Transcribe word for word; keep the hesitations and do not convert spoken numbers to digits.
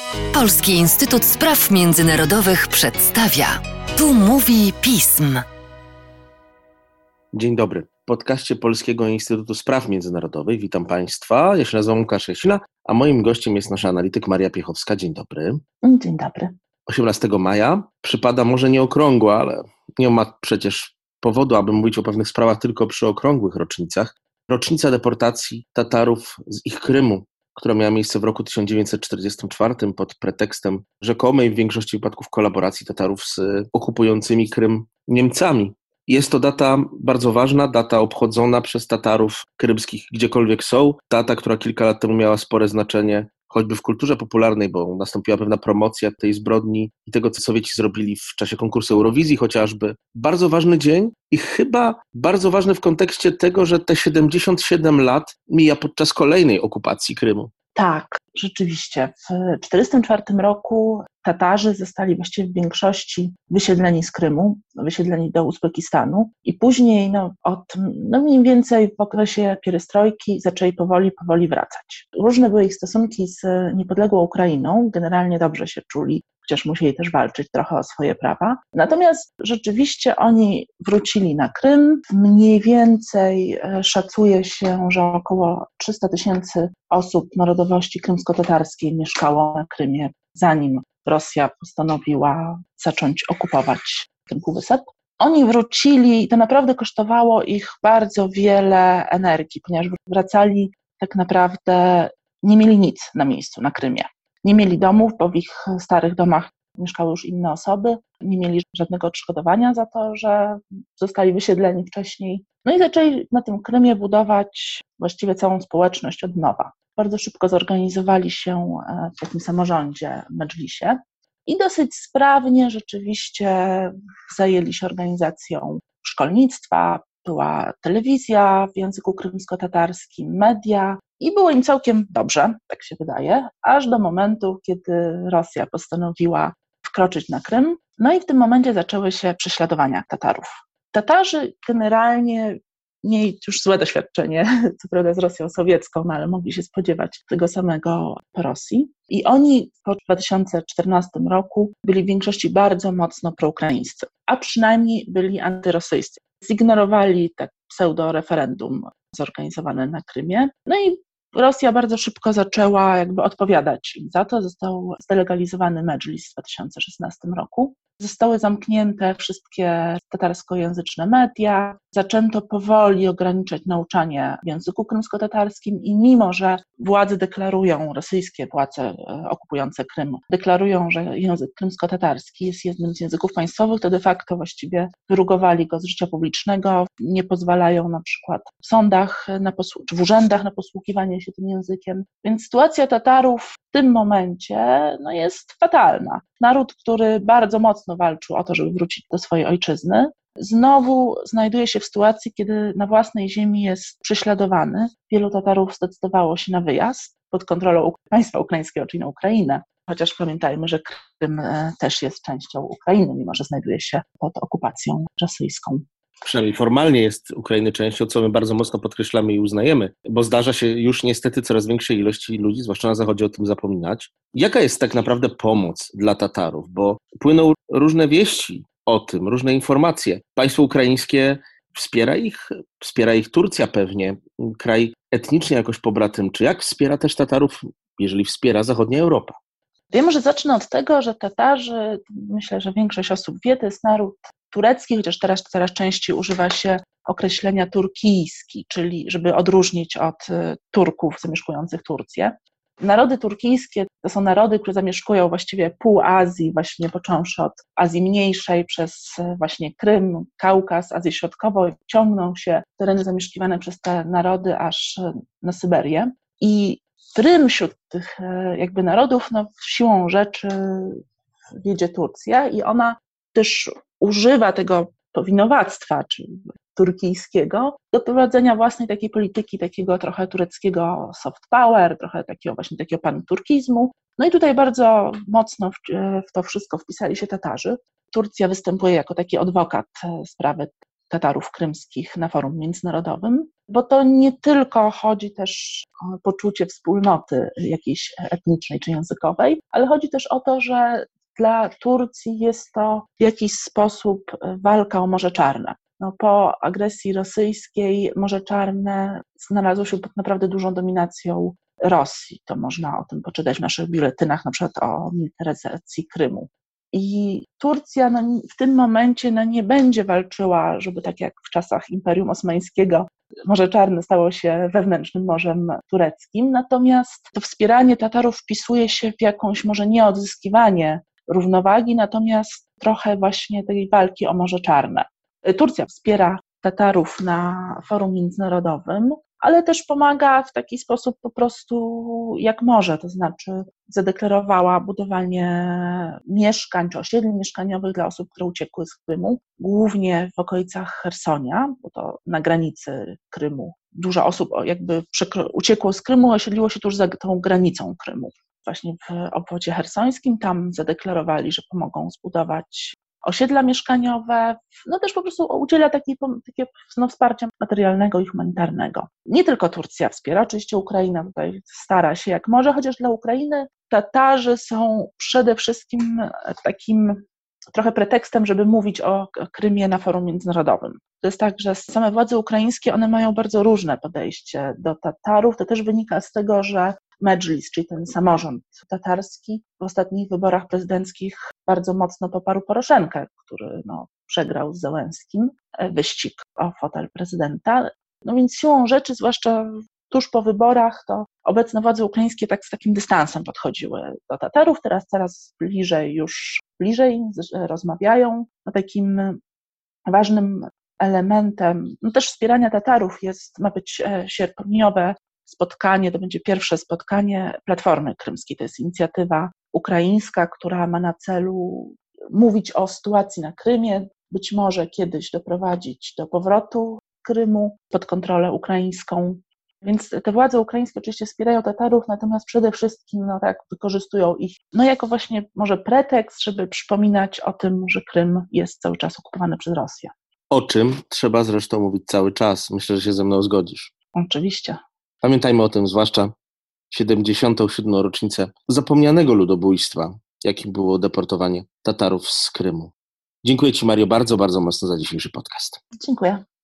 Polski Instytut Spraw Międzynarodowych przedstawia. Tu mówi pism. Dzień dobry. W podcaście Polskiego Instytutu Spraw Międzynarodowych witam Państwa. Ja się nazywam Łukasz Jasina, a moim gościem jest nasza analityk Maria Piechowska. Dzień dobry. Dzień dobry. osiemnastego maja przypada może nie okrągła, ale nie ma przecież powodu, aby mówić o pewnych sprawach tylko przy okrągłych rocznicach. Rocznica deportacji Tatarów z ich Krymu, która miała miejsce w roku tysiąc dziewięćset czterdziestym czwartym pod pretekstem rzekomej w większości wypadków kolaboracji Tatarów z okupującymi Krym Niemcami. Jest to data bardzo ważna, data obchodzona przez Tatarów krymskich gdziekolwiek są. Data, która kilka lat temu miała spore znaczenie, choćby w kulturze popularnej, bo nastąpiła pewna promocja tej zbrodni i tego, co Sowieci zrobili w czasie konkursu Eurowizji chociażby. Bardzo ważny dzień i chyba bardzo ważny w kontekście tego, że te siedemdziesiąt siedem lat mija podczas kolejnej okupacji Krymu. Tak, rzeczywiście. W tysiąc dziewięćset czterdziestym czwartym roku Tatarzy zostali właściwie w większości wysiedleni z Krymu, wysiedleni do Uzbekistanu i później no, od no mniej więcej w okresie pierestrojki zaczęli powoli, powoli wracać. Różne były ich stosunki z niepodległą Ukrainą, generalnie dobrze się czuli, chociaż musieli też walczyć trochę o swoje prawa. Natomiast rzeczywiście oni wrócili na Krym. Mniej więcej szacuje się, że około trzysta tysięcy osób narodowości krymsko-tatarskiej mieszkało na Krymie, zanim Rosja postanowiła zacząć okupować ten półwysep. Oni wrócili i to naprawdę kosztowało ich bardzo wiele energii, ponieważ wracali tak naprawdę, nie mieli nic na miejscu na Krymie. Nie mieli domów, bo w ich starych domach mieszkały już inne osoby, nie mieli żadnego odszkodowania za to, że zostali wysiedleni wcześniej. No i zaczęli na tym Krymie budować właściwie całą społeczność od nowa. Bardzo szybko zorganizowali się w takim samorządzie, Medżlisie i dosyć sprawnie rzeczywiście zajęli się organizacją szkolnictwa, była telewizja w języku krymsko-tatarskim, media i było im całkiem dobrze, tak się wydaje, aż do momentu, kiedy Rosja postanowiła wkroczyć na Krym. No i w tym momencie zaczęły się prześladowania Tatarów. Tatarzy generalnie mieli już złe doświadczenie, co prawda z Rosją sowiecką, no ale mogli się spodziewać tego samego po Rosji. I oni po dwa tysiące czternastym roku byli w większości bardzo mocno proukraińscy, a przynajmniej byli antyrosyjscy. Zignorowali tak pseudo-referendum zorganizowane na Krymie. No i Rosja bardzo szybko zaczęła jakby odpowiadać im za to. Został zdelegalizowany Medżlis w dwa tysiące szesnastym roku. Zostały zamknięte wszystkie tatarskojęzyczne media, zaczęto powoli ograniczać nauczanie w języku krymsko-tatarskim i mimo, że władze deklarują, rosyjskie władze okupujące Krym, deklarują, że język krymsko-tatarski jest jednym z języków państwowych, to de facto właściwie wyrugowali go z życia publicznego, nie pozwalają na przykład w sądach na posłu- czy w urzędach na posługiwanie się tym językiem. Więc sytuacja Tatarów w tym momencie no, jest fatalna. Naród, który bardzo mocno walczył o to, żeby wrócić do swojej ojczyzny, znowu znajduje się w sytuacji, kiedy na własnej ziemi jest prześladowany. Wielu Tatarów zdecydowało się na wyjazd pod kontrolą państwa ukraińskiego, czyli na Ukrainę. Chociaż pamiętajmy, że Krym też jest częścią Ukrainy, mimo że znajduje się pod okupacją rosyjską. Przynajmniej formalnie jest Ukrainy częścią, co my bardzo mocno podkreślamy i uznajemy, bo zdarza się już niestety coraz większej ilości ludzi, zwłaszcza na Zachodzie, o tym zapominać. Jaka jest tak naprawdę pomoc dla Tatarów? Bo płyną różne wieści o tym, różne informacje. Państwo ukraińskie wspiera ich, wspiera ich Turcja pewnie, kraj etnicznie jakoś pobratymczy. Jak wspiera też Tatarów, jeżeli wspiera zachodnia Europa? Wiem, że zacznę od tego, że Tatarzy, myślę, że większość osób wie, to jest naród turecki, chociaż teraz coraz częściej używa się określenia turkijski, czyli żeby odróżnić od Turków zamieszkujących Turcję. Narody turkijskie to są narody, które zamieszkują właściwie pół Azji, właśnie począwszy od Azji Mniejszej, przez właśnie Krym, Kaukaz, Azję Środkową, ciągną się tereny zamieszkiwane przez te narody aż na Syberię. I Prym wśród tych jakby narodów, no siłą rzeczy wiedzie Turcja i ona też używa tego powinowactwa, czyli turkijskiego, do prowadzenia własnej takiej polityki, takiego trochę tureckiego soft power, trochę takiego właśnie takiego panturkizmu. No i tutaj bardzo mocno w, w to wszystko wpisali się Tatarzy. Turcja występuje jako taki adwokat sprawy Tatarów krymskich na forum międzynarodowym. bo to nie tylko chodzi też o poczucie wspólnoty jakiejś etnicznej czy językowej, ale chodzi też o to, że dla Turcji jest to w jakiś sposób walka o Morze Czarne. No, po agresji rosyjskiej Morze Czarne znalazło się pod naprawdę dużą dominacją Rosji. To można o tym poczytać w naszych biuletynach, na przykład o militaryzacji Krymu. I Turcja no, w tym momencie no, nie będzie walczyła, żeby tak jak w czasach Imperium Osmańskiego Morze Czarne stało się wewnętrznym morzem tureckim, natomiast to wspieranie Tatarów wpisuje się w jakąś może nie odzyskiwanie równowagi, natomiast trochę właśnie tej walki o Morze Czarne. Turcja wspiera Tatarów na forum międzynarodowym, ale też pomaga w taki sposób po prostu jak może, to znaczy zadeklarowała budowanie mieszkań czy osiedli mieszkaniowych dla osób, które uciekły z Krymu, głównie w okolicach Chersonia, bo to na granicy Krymu. Dużo osób jakby przekro- uciekło z Krymu, osiedliło się tuż za tą granicą Krymu. Właśnie w obwodzie chersońskim, tam zadeklarowali, że pomogą zbudować osiedla mieszkaniowe, no też po prostu udziela takiej, takiego no, wsparcia materialnego i humanitarnego. Nie tylko Turcja wspiera, oczywiście Ukraina tutaj stara się jak może, chociaż dla Ukrainy Tatarzy są przede wszystkim takim trochę pretekstem, żeby mówić o Krymie na forum międzynarodowym. To jest tak, że same władze ukraińskie, one mają bardzo różne podejście do Tatarów. To też wynika z tego, że Medżlis, czyli ten samorząd tatarski, w ostatnich wyborach prezydenckich bardzo mocno poparł Poroszenkę, który no, przegrał z Zełenskim wyścig o fotel prezydenta. No więc siłą rzeczy, zwłaszcza tuż po wyborach, to obecne władze ukraińskie tak z takim dystansem podchodziły do Tatarów. Teraz coraz bliżej, już bliżej rozmawiają. No, takim ważnym elementem no też wspierania Tatarów jest, ma być sierpniowe spotkanie, to będzie pierwsze spotkanie Platformy Krymskiej. To jest inicjatywa ukraińska, która ma na celu mówić o sytuacji na Krymie, być może kiedyś doprowadzić do powrotu Krymu pod kontrolę ukraińską. Więc te władze ukraińskie oczywiście wspierają Tatarów, natomiast przede wszystkim no tak, wykorzystują ich no jako właśnie może pretekst, żeby przypominać o tym, że Krym jest cały czas okupowany przez Rosję. O czym trzeba zresztą mówić cały czas. Myślę, że się ze mną zgodzisz. Oczywiście. Pamiętajmy o tym, zwłaszcza siedemdziesiątą siódmą rocznicę zapomnianego ludobójstwa, jakim było deportowanie Tatarów z Krymu. Dziękuję Ci, Mario, bardzo, bardzo mocno za dzisiejszy podcast. Dziękuję.